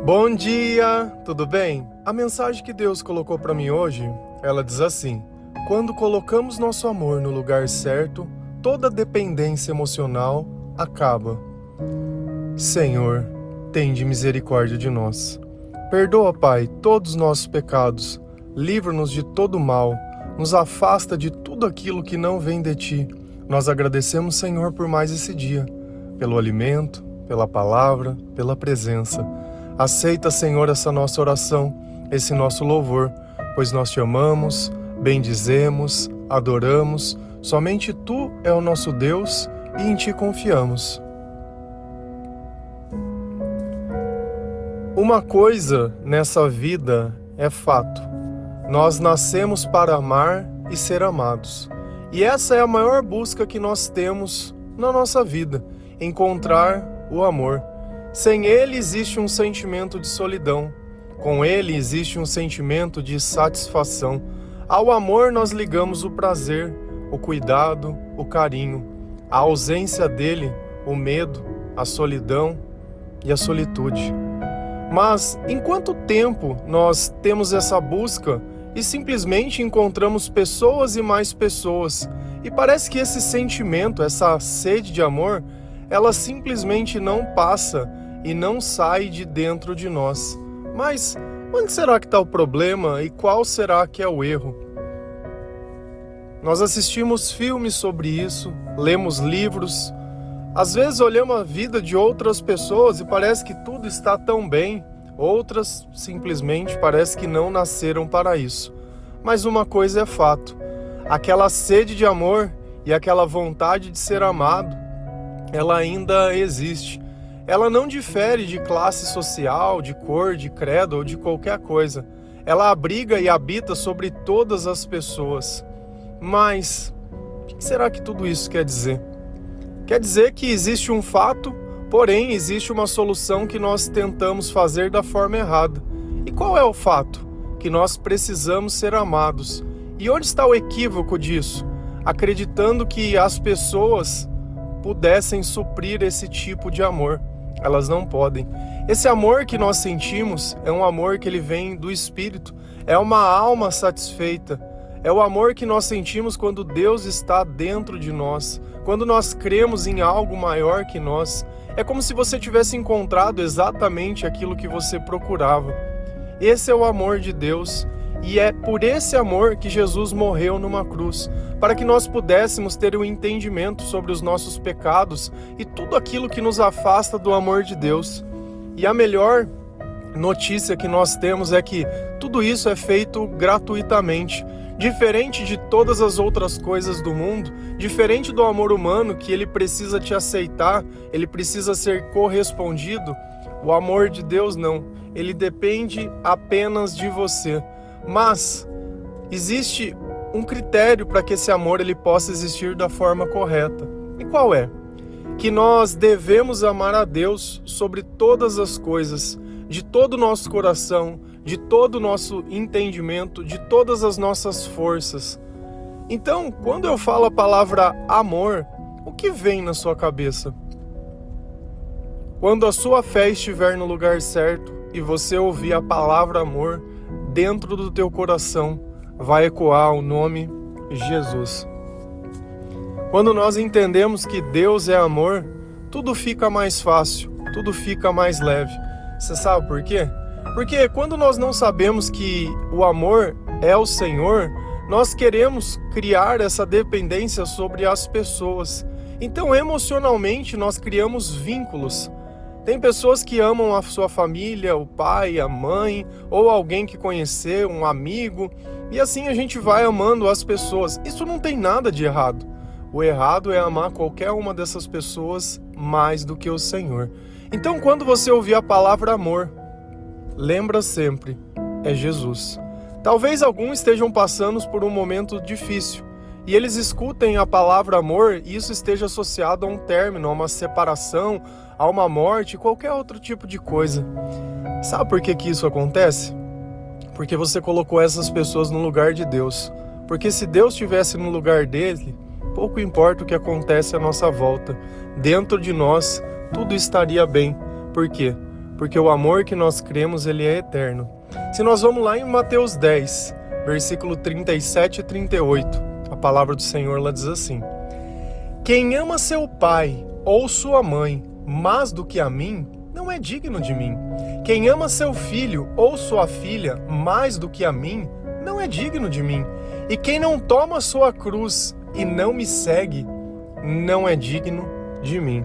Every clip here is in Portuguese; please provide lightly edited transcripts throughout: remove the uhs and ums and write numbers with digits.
Bom dia, tudo bem? A mensagem que Deus colocou para mim hoje, ela diz assim: quando colocamos nosso amor no lugar certo, toda dependência emocional acaba. Senhor, tende misericórdia de nós. Perdoa, Pai, todos os nossos pecados, livra-nos de todo mal, nos afasta de tudo aquilo que não vem de Ti. Nós agradecemos, Senhor, por mais esse dia, pelo alimento, pela palavra, pela presença. Aceita, Senhor, essa nossa oração, esse nosso louvor, pois nós Te amamos, bendizemos, adoramos. Somente Tu é o nosso Deus e em Ti confiamos. Uma coisa nessa vida é fato: nós nascemos para amar e ser amados. E essa é a maior busca que nós temos na nossa vida, encontrar o amor. Sem ele existe um sentimento de solidão, com ele existe um sentimento de satisfação. Ao amor nós ligamos o prazer, o cuidado, o carinho. A ausência dele, o medo, a solidão e a solitude. Mas em quanto tempo nós temos essa busca e simplesmente encontramos pessoas e mais pessoas? E parece que esse sentimento, essa sede de amor, ela simplesmente não passa e não sai de dentro de nós. Mas onde será que está o problema e qual será que é o erro? Nós assistimos filmes sobre isso, lemos livros, às vezes olhamos a vida de outras pessoas e parece que tudo está tão bem, outras simplesmente parece que não nasceram para isso. Mas uma coisa é fato: aquela sede de amor e aquela vontade de ser amado, ela ainda existe. Ela não difere de classe social, de cor, de credo ou de qualquer coisa. Ela abriga e habita sobre todas as pessoas. Mas o que será que tudo isso quer dizer? Quer dizer que existe um fato, porém existe uma solução que nós tentamos fazer da forma errada. E qual é o fato? Que nós precisamos ser amados. E onde está o equívoco disso? Acreditando que as pessoas pudessem suprir esse tipo de amor. Elas não podem. Esse amor que nós sentimos é um amor que ele vem do Espírito, é uma alma satisfeita, é o amor que nós sentimos quando Deus está dentro de nós, quando nós cremos em algo maior que nós. É como se você tivesse encontrado exatamente aquilo que você procurava. Esse é o amor de Deus. E é por esse amor que Jesus morreu numa cruz, para que nós pudéssemos ter um entendimento sobre os nossos pecados e tudo aquilo que nos afasta do amor de Deus. E a melhor notícia que nós temos é que tudo isso é feito gratuitamente. Diferente de todas as outras coisas do mundo, diferente do amor humano que ele precisa te aceitar, ele precisa ser correspondido, o amor de Deus não. Ele depende apenas de você. Mas existe um critério para que esse amor ele possa existir da forma correta. E qual é? Que nós devemos amar a Deus sobre todas as coisas, de todo o nosso coração, de todo o nosso entendimento, de todas as nossas forças. Então, quando eu falo a palavra amor, o que vem na sua cabeça? Quando a sua fé estiver no lugar certo e você ouvir a palavra amor, dentro do teu coração vai ecoar o nome Jesus. Quando nós entendemos que Deus é amor, tudo fica mais fácil, tudo fica mais leve. Você sabe por quê? Porque quando nós não sabemos que o amor é o Senhor, nós queremos criar essa dependência sobre as pessoas. Então, emocionalmente, nós criamos vínculos. Tem pessoas que amam a sua família, o pai, a mãe, ou alguém que conheceu, um amigo, e assim a gente vai amando as pessoas. Isso não tem nada de errado. O errado é amar qualquer uma dessas pessoas mais do que o Senhor. Então, quando você ouvir a palavra amor, lembra sempre, é Jesus. Talvez alguns estejam passando por um momento difícil, e eles escutem a palavra amor e isso esteja associado a um término, a uma separação, a uma morte, qualquer outro tipo de coisa. Sabe por que isso acontece? Porque você colocou essas pessoas no lugar de Deus. Porque se Deus estivesse no lugar dele, pouco importa o que acontece à nossa volta. Dentro de nós, tudo estaria bem. Por quê? porque o amor que nós cremos, ele é eterno. Se nós vamos lá em Mateus 10, versículo 37 e 38, a palavra do Senhor lá diz assim: quem ama seu pai ou sua mãe mais do que a mim, não é digno de mim. Quem ama seu filho ou sua filha mais do que a mim, não é digno de mim. E quem não toma sua cruz e não me segue, não é digno de mim.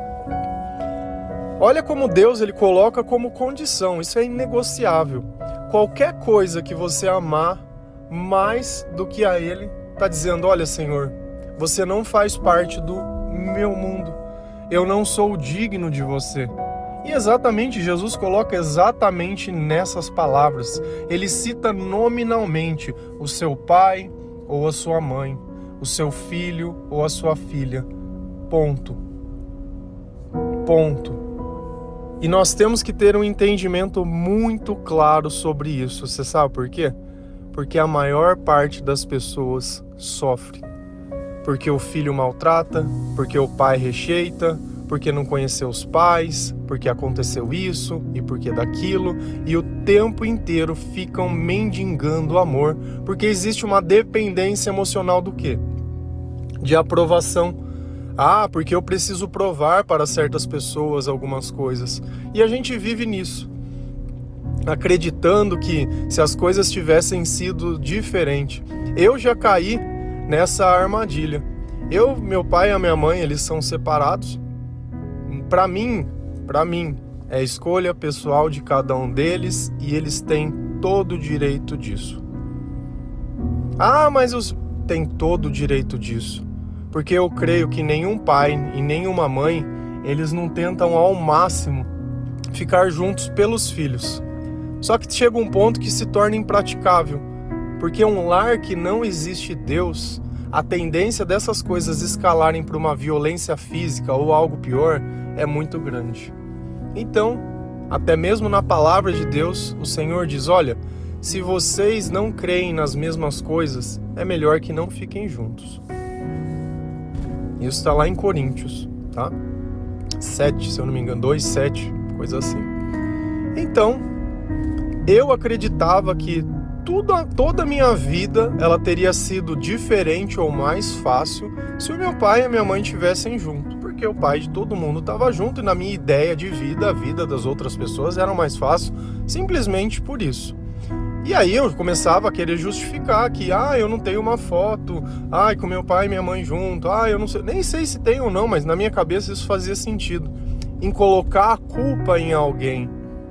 Olha como Deus ele coloca como condição, isso é inegociável. Qualquer coisa que você amar mais do que a Ele, está dizendo, olha Senhor, você não faz parte do meu mundo, eu não sou digno de você. E exatamente, Jesus coloca exatamente nessas palavras. Ele cita nominalmente o seu pai ou a sua mãe, o seu filho ou a sua filha. Ponto. Ponto. E nós temos que ter um entendimento muito claro sobre isso. Você sabe por quê? Porque a maior parte das pessoas sofre. Porque o filho maltrata, porque o pai rejeita, porque não conheceu os pais, porque aconteceu isso e porque daquilo, e o tempo inteiro ficam mendigando o amor, porque existe uma dependência emocional do quê? De aprovação. Ah, porque eu preciso provar para certas pessoas algumas coisas. E a gente vive nisso, acreditando que se as coisas tivessem sido diferentes. Eu já caí nessa armadilha. Meu pai e a minha mãe, eles são separados. Para mim, é escolha pessoal de cada um deles e eles têm todo o direito disso. Ah, mas tem todo o direito disso. Porque eu creio que nenhum pai e nenhuma mãe, eles não tentam ao máximo ficar juntos pelos filhos. Só que chega um ponto que se torna impraticável. Porque um lar que não existe Deus, a tendência dessas coisas escalarem para uma violência física ou algo pior é muito grande. Então, até mesmo na palavra de Deus, o Senhor diz, olha, se vocês não creem nas mesmas coisas, é melhor que não fiquem juntos. Isso está lá em Coríntios, tá? 7, se eu não me engano, 2, 7, coisa assim. Então, eu acreditava que toda a minha vida ela teria sido diferente ou mais fácil se o meu pai e a minha mãe estivessem juntos. Porque o pai de todo mundo estava junto e na minha ideia de vida, a vida das outras pessoas era mais fácil simplesmente por isso. E aí eu começava a querer justificar que, eu não tenho uma foto, com meu pai e minha mãe junto, eu não sei, nem sei se tem ou não, mas na minha cabeça isso fazia sentido. Em colocar a culpa em alguém,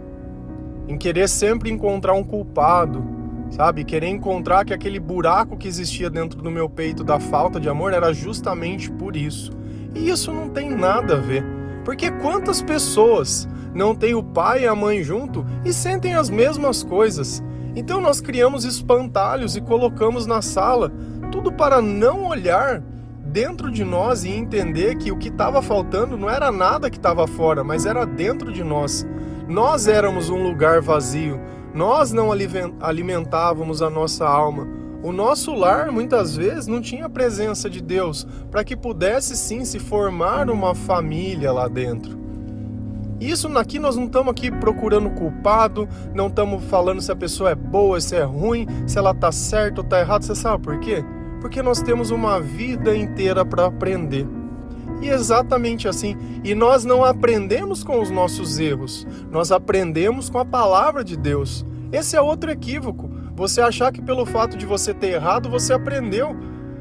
em querer sempre encontrar um culpado, sabe? Querer encontrar que aquele buraco que existia dentro do meu peito da falta de amor era justamente por isso. E isso não tem nada a ver, porque quantas pessoas não têm o pai e a mãe junto e sentem as mesmas coisas? Então nós criamos espantalhos e colocamos na sala, tudo para não olhar dentro de nós e entender que o que estava faltando não era nada que estava fora, mas era dentro de nós. Nós éramos um lugar vazio, nós não alimentávamos a nossa alma. O nosso lar, muitas vezes, não tinha a presença de Deus para que pudesse sim se formar uma família lá dentro. Isso aqui nós não estamos aqui procurando culpado, não estamos falando se a pessoa é boa, se é ruim, se ela está certa ou está errada. Você sabe por quê? Porque nós temos uma vida inteira para aprender. E exatamente assim. E nós não aprendemos com os nossos erros, nós aprendemos com a palavra de Deus. Esse é outro equívoco. Você achar que pelo fato de você ter errado, você aprendeu.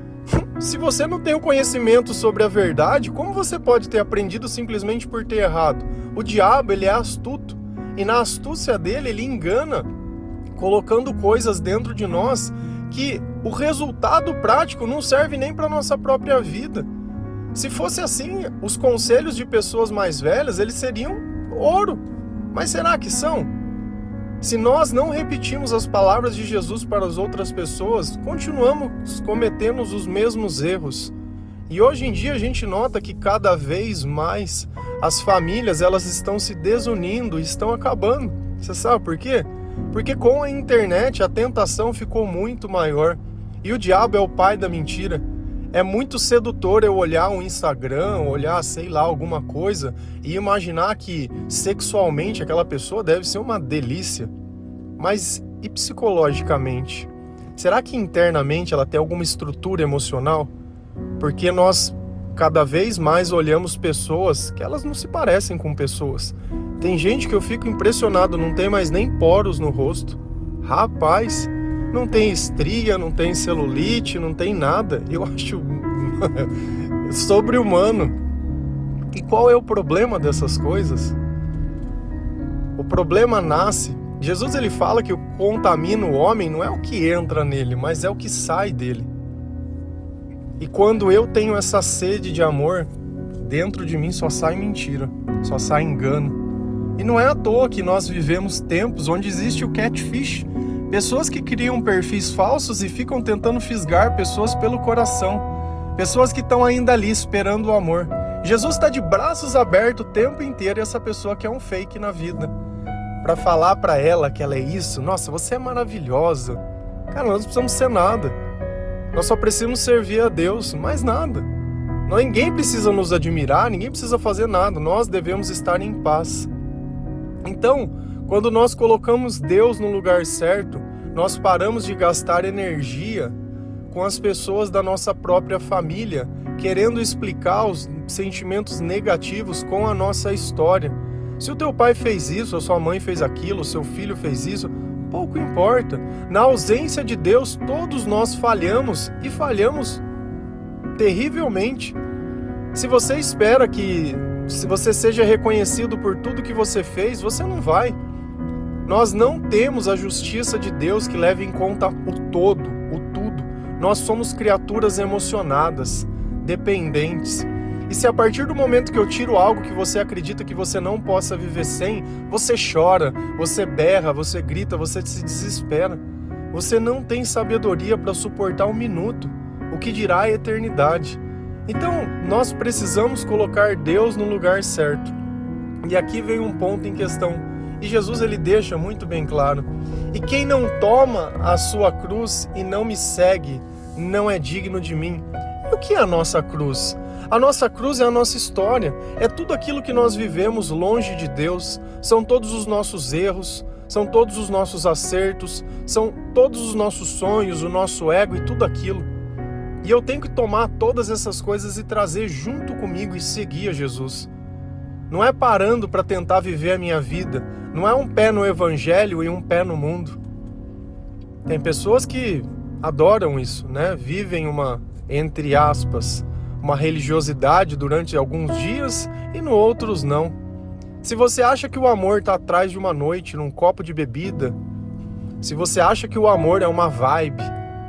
Se você não tem o conhecimento sobre a verdade, como você pode ter aprendido simplesmente por ter errado? O diabo, ele é astuto. E na astúcia dele, ele engana, colocando coisas dentro de nós que o resultado prático não serve nem para a nossa própria vida. Se fosse assim, os conselhos de pessoas mais velhas, eles seriam ouro. Mas será que são? Se nós não repetimos as palavras de Jesus para as outras pessoas, continuamos cometendo os mesmos erros. E hoje em dia a gente nota que cada vez mais as famílias elas estão se desunindo e estão acabando. Você sabe por quê? Porque com a internet a tentação ficou muito maior. E o diabo é o pai da mentira. É muito sedutor eu olhar um Instagram, olhar, sei lá, alguma coisa e imaginar que sexualmente aquela pessoa deve ser uma delícia. Mas e psicologicamente? Será que internamente ela tem alguma estrutura emocional? Porque nós cada vez mais olhamos pessoas que elas não se parecem com pessoas. Tem gente que eu fico impressionado, não tem mais nem poros no rosto. Rapaz, não tem estria, não tem celulite, não tem nada. Eu acho sobre-humano. E qual é o problema dessas coisas? O problema nasce... Jesus ele fala que o que contamina o homem não é o que entra nele, mas é o que sai dele. E quando eu tenho essa sede de amor, dentro de mim só sai mentira, só sai engano. E não é à toa que nós vivemos tempos onde existe o catfish. Pessoas que criam perfis falsos e ficam tentando fisgar pessoas pelo coração. Pessoas que estão ainda ali esperando o amor. Jesus está de braços abertos o tempo inteiro e essa pessoa quer um fake na vida. Para falar para ela que ela é isso. Nossa, você é maravilhosa. Cara, nós não precisamos ser nada. Nós só precisamos servir a Deus, mais nada. Ninguém precisa nos admirar, ninguém precisa fazer nada. Nós devemos estar em paz. Então, quando nós colocamos Deus no lugar certo, nós paramos de gastar energia com as pessoas da nossa própria família, querendo explicar os sentimentos negativos com a nossa história. Se o teu pai fez isso, a sua mãe fez aquilo, o seu filho fez isso, pouco importa. Na ausência de Deus, todos nós falhamos e falhamos terrivelmente. Se você espera que você seja reconhecido por tudo que você fez, você não vai. Nós não temos a justiça de Deus que leva em conta o todo, o tudo. Nós somos criaturas emocionadas, dependentes. E se a partir do momento que eu tiro algo que você acredita que você não possa viver sem, você chora, você berra, você grita, você se desespera. Você não tem sabedoria para suportar um minuto, o que dirá a eternidade. Então, nós precisamos colocar Deus no lugar certo. E aqui vem um ponto em questão. E Jesus ele deixa muito bem claro. E quem não toma a sua cruz e não me segue, não é digno de mim. E o que é a nossa cruz? A nossa cruz é a nossa história, é tudo aquilo que nós vivemos longe de Deus, são todos os nossos erros, são todos os nossos acertos, são todos os nossos sonhos, o nosso ego e tudo aquilo. E eu tenho que tomar todas essas coisas e trazer junto comigo e seguir a Jesus. Não é parando para tentar viver a minha vida, não é um pé no evangelho e um pé no mundo. Tem pessoas que adoram isso, né? Vivem uma, entre aspas, uma religiosidade durante alguns dias e no outros não. Se você acha que o amor está atrás de uma noite, num copo de bebida, se você acha que o amor é uma vibe,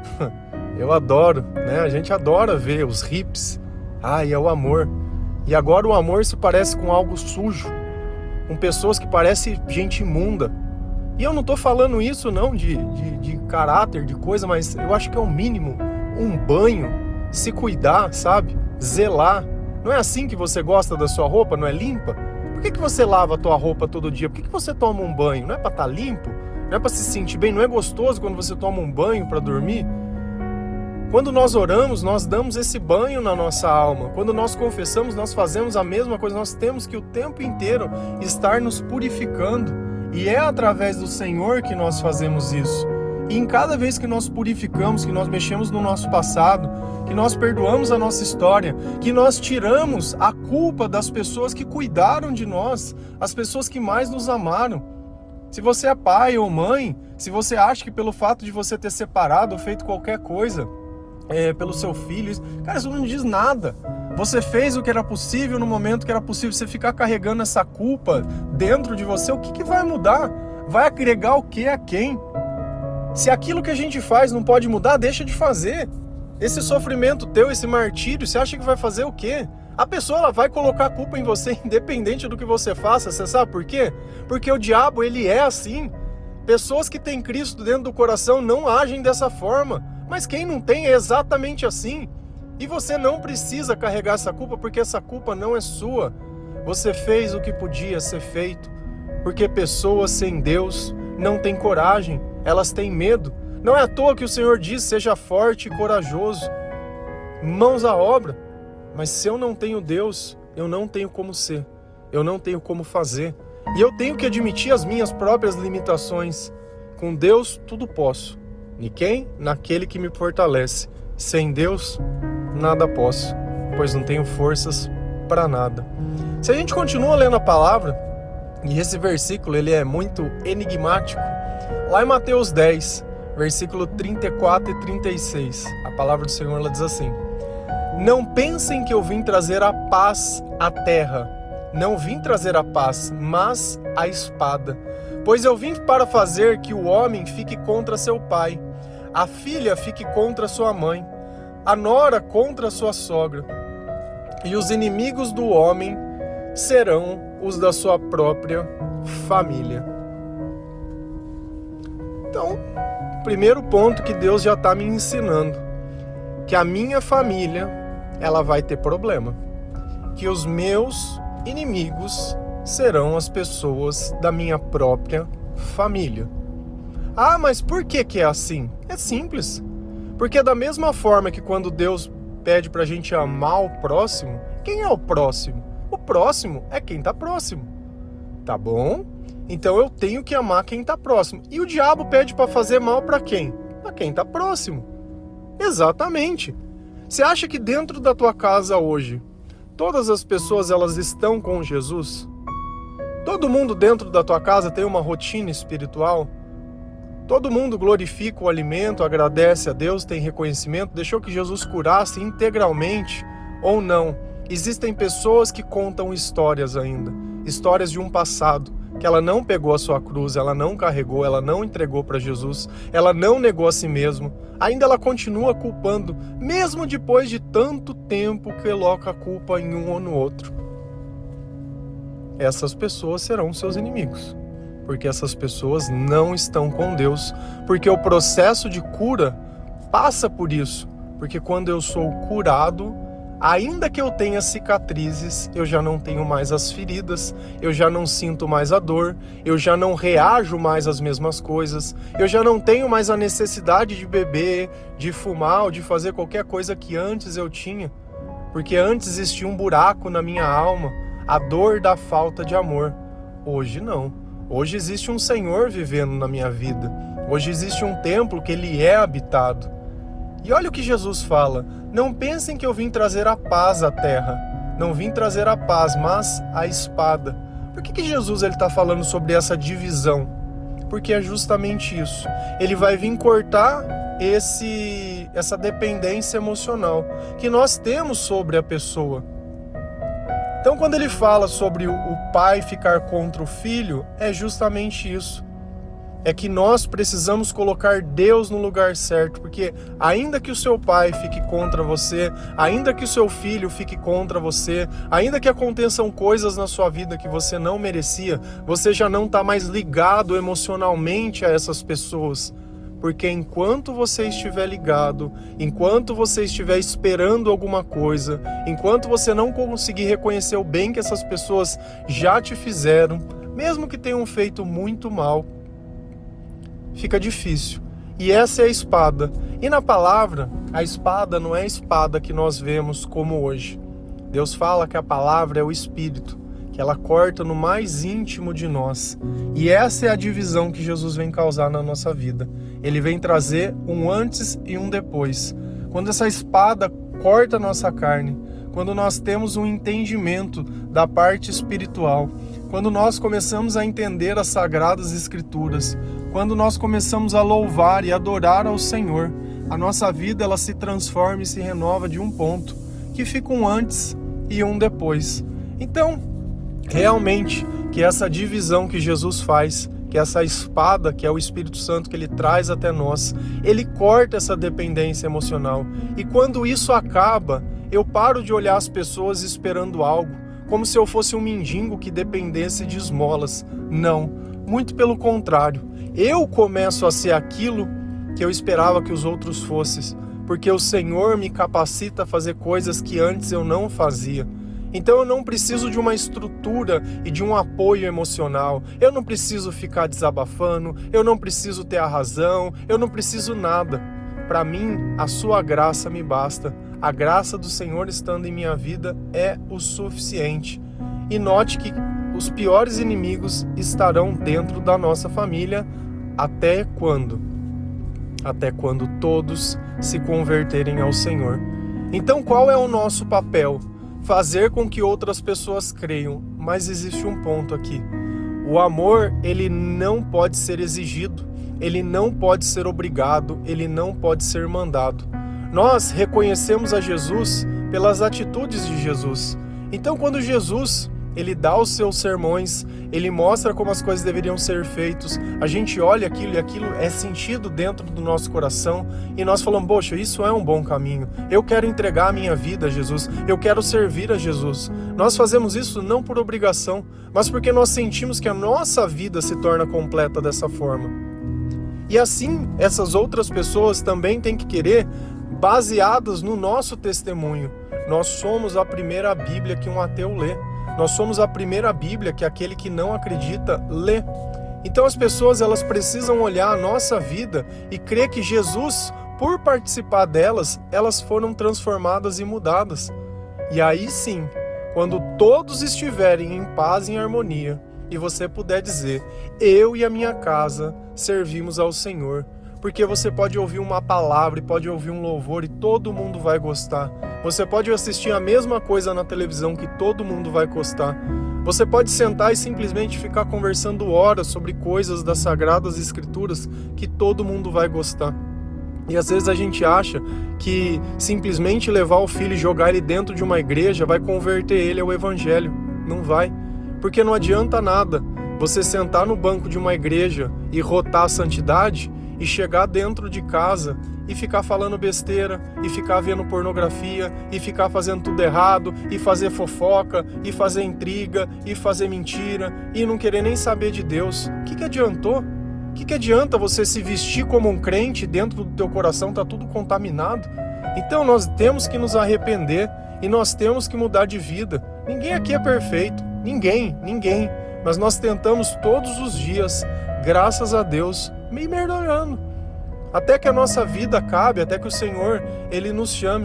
eu adoro, né? A gente adora ver os hips. Ai, é o amor. E agora o amor se parece com algo sujo, com pessoas que parecem gente imunda. E eu não estou falando isso não de caráter, de coisa, mas eu acho que é o mínimo. Um banho, se cuidar, sabe? Zelar. Não é assim que você gosta da sua roupa, não é limpa? Por que você lava a tua roupa todo dia? Por que você toma um banho? Não é para estar limpo? Não é para se sentir bem? Não é gostoso quando você toma um banho para dormir? Quando nós oramos, nós damos esse banho na nossa alma. Quando nós confessamos, nós fazemos a mesma coisa. Nós temos que o tempo inteiro estar nos purificando. E é através do Senhor que nós fazemos isso. E em cada vez que nós purificamos, que nós mexemos no nosso passado, que nós perdoamos a nossa história, que nós tiramos a culpa das pessoas que cuidaram de nós, as pessoas que mais nos amaram. Se você é pai ou mãe, se você acha que pelo fato de você ter separado ou feito qualquer coisa pelo seu filho, cara, isso não diz nada. Você fez o que era possível no momento que era possível. Você ficar carregando essa culpa dentro de você, o que vai mudar? Vai agregar o que a quem? Se aquilo que a gente faz não pode mudar, deixa de fazer. Esse sofrimento teu, esse martírio, você acha que vai fazer o quê? A pessoa ela vai colocar a culpa em você independente do que você faça. Você sabe por quê? Porque o diabo ele é assim. Pessoas que têm Cristo dentro do coração não agem dessa forma. Mas quem não tem é exatamente assim. E você não precisa carregar essa culpa, porque essa culpa não é sua. Você fez o que podia ser feito. Porque pessoas sem Deus não têm coragem, elas têm medo. Não é à toa que o Senhor diz, seja forte e corajoso. mãos à obra. Mas se eu não tenho Deus, eu não tenho como ser, eu não tenho como fazer. E eu tenho que admitir as minhas próprias limitações. Com Deus, tudo posso. E quem? Naquele que me fortalece. Sem Deus, nada posso, pois não tenho forças para nada. Se a gente continua lendo a palavra, e esse versículo ele é muito enigmático, lá em Mateus 10, versículo 34 e 36, a palavra do Senhor ela diz assim: não pensem que eu vim trazer a paz à terra. Não vim trazer a paz, mas a espada. Pois eu vim para fazer que o homem fique contra seu pai, a filha fique contra sua mãe, a nora contra sua sogra, e os inimigos do homem serão os da sua própria família. Então, primeiro ponto que Deus já está me ensinando, que a minha família, ela vai ter problema, que os meus inimigos serão as pessoas da minha própria família. Ah, mas por que é assim? É simples. Porque da mesma forma que quando Deus pede pra gente amar o próximo, quem é o próximo? O próximo é quem tá próximo. Tá bom? Então eu tenho que amar quem tá próximo. E o diabo pede pra fazer mal pra quem? Pra quem tá próximo. Exatamente. Você acha que dentro da tua casa hoje, todas as pessoas elas estão com Jesus? Todo mundo dentro da tua casa tem uma rotina espiritual? Todo mundo glorifica o alimento, agradece a Deus, tem reconhecimento, deixou que Jesus curasse integralmente ou não? Existem pessoas que contam histórias ainda, histórias de um passado, que ela não pegou a sua cruz, ela não carregou, ela não entregou para Jesus, ela não negou a si mesma, ainda ela continua culpando, mesmo depois de tanto tempo que coloca a culpa em um ou no outro. Essas pessoas serão seus inimigos, porque essas pessoas não estão com Deus, porque o processo de cura passa por isso, porque quando eu sou curado, ainda que eu tenha cicatrizes, eu já não tenho mais as feridas, eu já não sinto mais a dor, eu já não reajo mais às mesmas coisas, eu já não tenho mais a necessidade de beber, de fumar ou de fazer qualquer coisa que antes eu tinha, porque antes existia um buraco na minha alma, a dor da falta de amor. Hoje não. Hoje existe um Senhor vivendo na minha vida. Hoje existe um templo que ele é habitado. E olha o que Jesus fala: não pensem que eu vim trazer a paz à terra. Não vim trazer a paz, mas a espada. Por que Jesus está falando sobre essa divisão? Porque é justamente isso. Ele vai vir cortar essa dependência emocional que nós temos sobre a pessoa. Então, quando ele fala sobre o pai ficar contra o filho, é justamente isso. É que nós precisamos colocar Deus no lugar certo, porque ainda que o seu pai fique contra você, ainda que o seu filho fique contra você, ainda que aconteçam coisas na sua vida que você não merecia, você já não está mais ligado emocionalmente a essas pessoas. Porque enquanto você estiver ligado, enquanto você estiver esperando alguma coisa, enquanto você não conseguir reconhecer o bem que essas pessoas já te fizeram, mesmo que tenham feito muito mal, fica difícil. E essa é a espada. E na palavra, a espada não é a espada que nós vemos como hoje. Deus fala que a palavra é o Espírito, que ela corta no mais íntimo de nós. E essa é a divisão que Jesus vem causar na nossa vida. Ele vem trazer um antes e um depois. Quando essa espada corta a nossa carne, quando nós temos um entendimento da parte espiritual, quando nós começamos a entender as Sagradas Escrituras, quando nós começamos a louvar e adorar ao Senhor, a nossa vida ela se transforma e se renova de um ponto, que fica um antes e um depois. Então, realmente, que essa divisão que Jesus faz, que essa espada, que é o Espírito Santo que ele traz até nós, ele corta essa dependência emocional. E quando isso acaba, eu paro de olhar as pessoas esperando algo, como se eu fosse um mendigo que dependesse de esmolas. Não, muito pelo contrário. Eu começo a ser aquilo que eu esperava que os outros fossem, porque o Senhor me capacita a fazer coisas que antes eu não fazia. Então eu não preciso de uma estrutura e de um apoio emocional. Eu não preciso ficar desabafando, eu não preciso ter a razão, eu não preciso nada. Para mim, a sua graça me basta. A graça do Senhor estando em minha vida é o suficiente. E note que os piores inimigos estarão dentro da nossa família até quando? Até quando todos se converterem ao Senhor. Então, qual é o nosso papel? Fazer com que outras pessoas creiam. Mas existe um ponto aqui. O amor, ele não pode ser exigido, ele não pode ser obrigado, ele não pode ser mandado. Nós reconhecemos a Jesus pelas atitudes de Jesus. Então, quando Jesus ele dá os seus sermões, ele mostra como as coisas deveriam ser feitas, a gente olha aquilo e aquilo é sentido dentro do nosso coração e nós falamos, poxa, isso é um bom caminho, eu quero entregar a minha vida a Jesus, eu quero servir a Jesus. Nós fazemos isso não por obrigação, mas porque nós sentimos que a nossa vida se torna completa dessa forma. E assim, essas outras pessoas também têm que querer, baseadas no nosso testemunho. Nós somos a primeira Bíblia que um ateu lê. Nós somos a primeira Bíblia que aquele que não acredita lê. Então as pessoas elas precisam olhar a nossa vida e crer que Jesus, por participar delas, elas foram transformadas e mudadas. E aí sim, quando todos estiverem em paz e em harmonia, e você puder dizer, eu e a minha casa servimos ao Senhor, porque você pode ouvir uma palavra e pode ouvir um louvor e todo mundo vai gostar. Você pode assistir a mesma coisa na televisão que todo mundo vai gostar. Você pode sentar e simplesmente ficar conversando horas sobre coisas das Sagradas Escrituras que todo mundo vai gostar. E às vezes a gente acha que simplesmente levar o filho e jogar ele dentro de uma igreja vai converter ele ao Evangelho. Não vai. Porque não adianta nada você sentar no banco de uma igreja e rotar a santidade e chegar dentro de casa e ficar falando besteira, e ficar vendo pornografia, e ficar fazendo tudo errado, e fazer fofoca, e fazer intriga, e fazer mentira, e não querer nem saber de Deus. O que adiantou? O que adianta você se vestir como um crente e dentro do teu coração está tudo contaminado? Então nós temos que nos arrepender e nós temos que mudar de vida. Ninguém aqui é perfeito, ninguém. Mas nós tentamos todos os dias, graças a Deus, me melhorando. Até que a nossa vida acabe, até que o Senhor, Ele nos chame.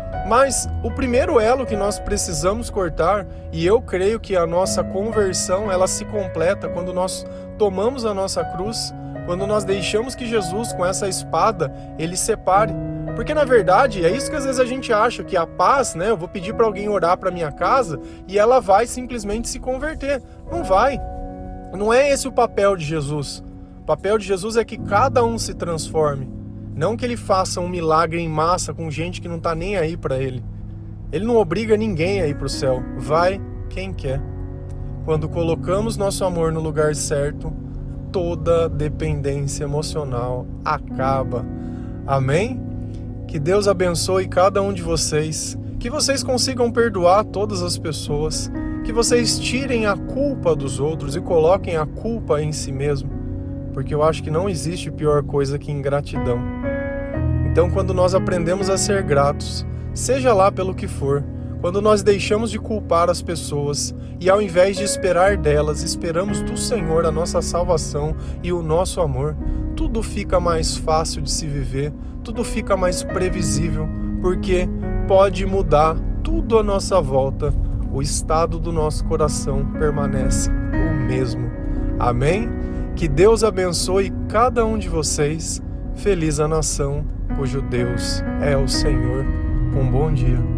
Mas o primeiro elo que nós precisamos cortar, e eu creio que a nossa conversão, ela se completa quando nós tomamos a nossa cruz, quando nós deixamos que Jesus, com essa espada, Ele separe. Porque na verdade, é isso que às vezes a gente acha, que a paz, né? Eu vou pedir para alguém orar para minha casa e ela vai simplesmente se converter. Não vai. Não é esse o papel de Jesus. O papel de Jesus é que cada um se transforme. Não que ele faça um milagre em massa com gente que não está nem aí para ele. Ele não obriga ninguém a ir para o céu. Vai quem quer. Quando colocamos nosso amor no lugar certo, toda dependência emocional acaba. Amém? Que Deus abençoe cada um de vocês. Que vocês consigam perdoar todas as pessoas. Que vocês tirem a culpa dos outros e coloquem a culpa em si mesmo. Porque eu acho que não existe pior coisa que ingratidão. Então, quando nós aprendemos a ser gratos, seja lá pelo que for, quando nós deixamos de culpar as pessoas e ao invés de esperar delas, esperamos do Senhor a nossa salvação e o nosso amor, tudo fica mais fácil de se viver, tudo fica mais previsível, porque pode mudar tudo à nossa volta, o estado do nosso coração permanece o mesmo. Amém? Que Deus abençoe cada um de vocês. Feliz a nação cujo Deus é o Senhor. Um bom dia.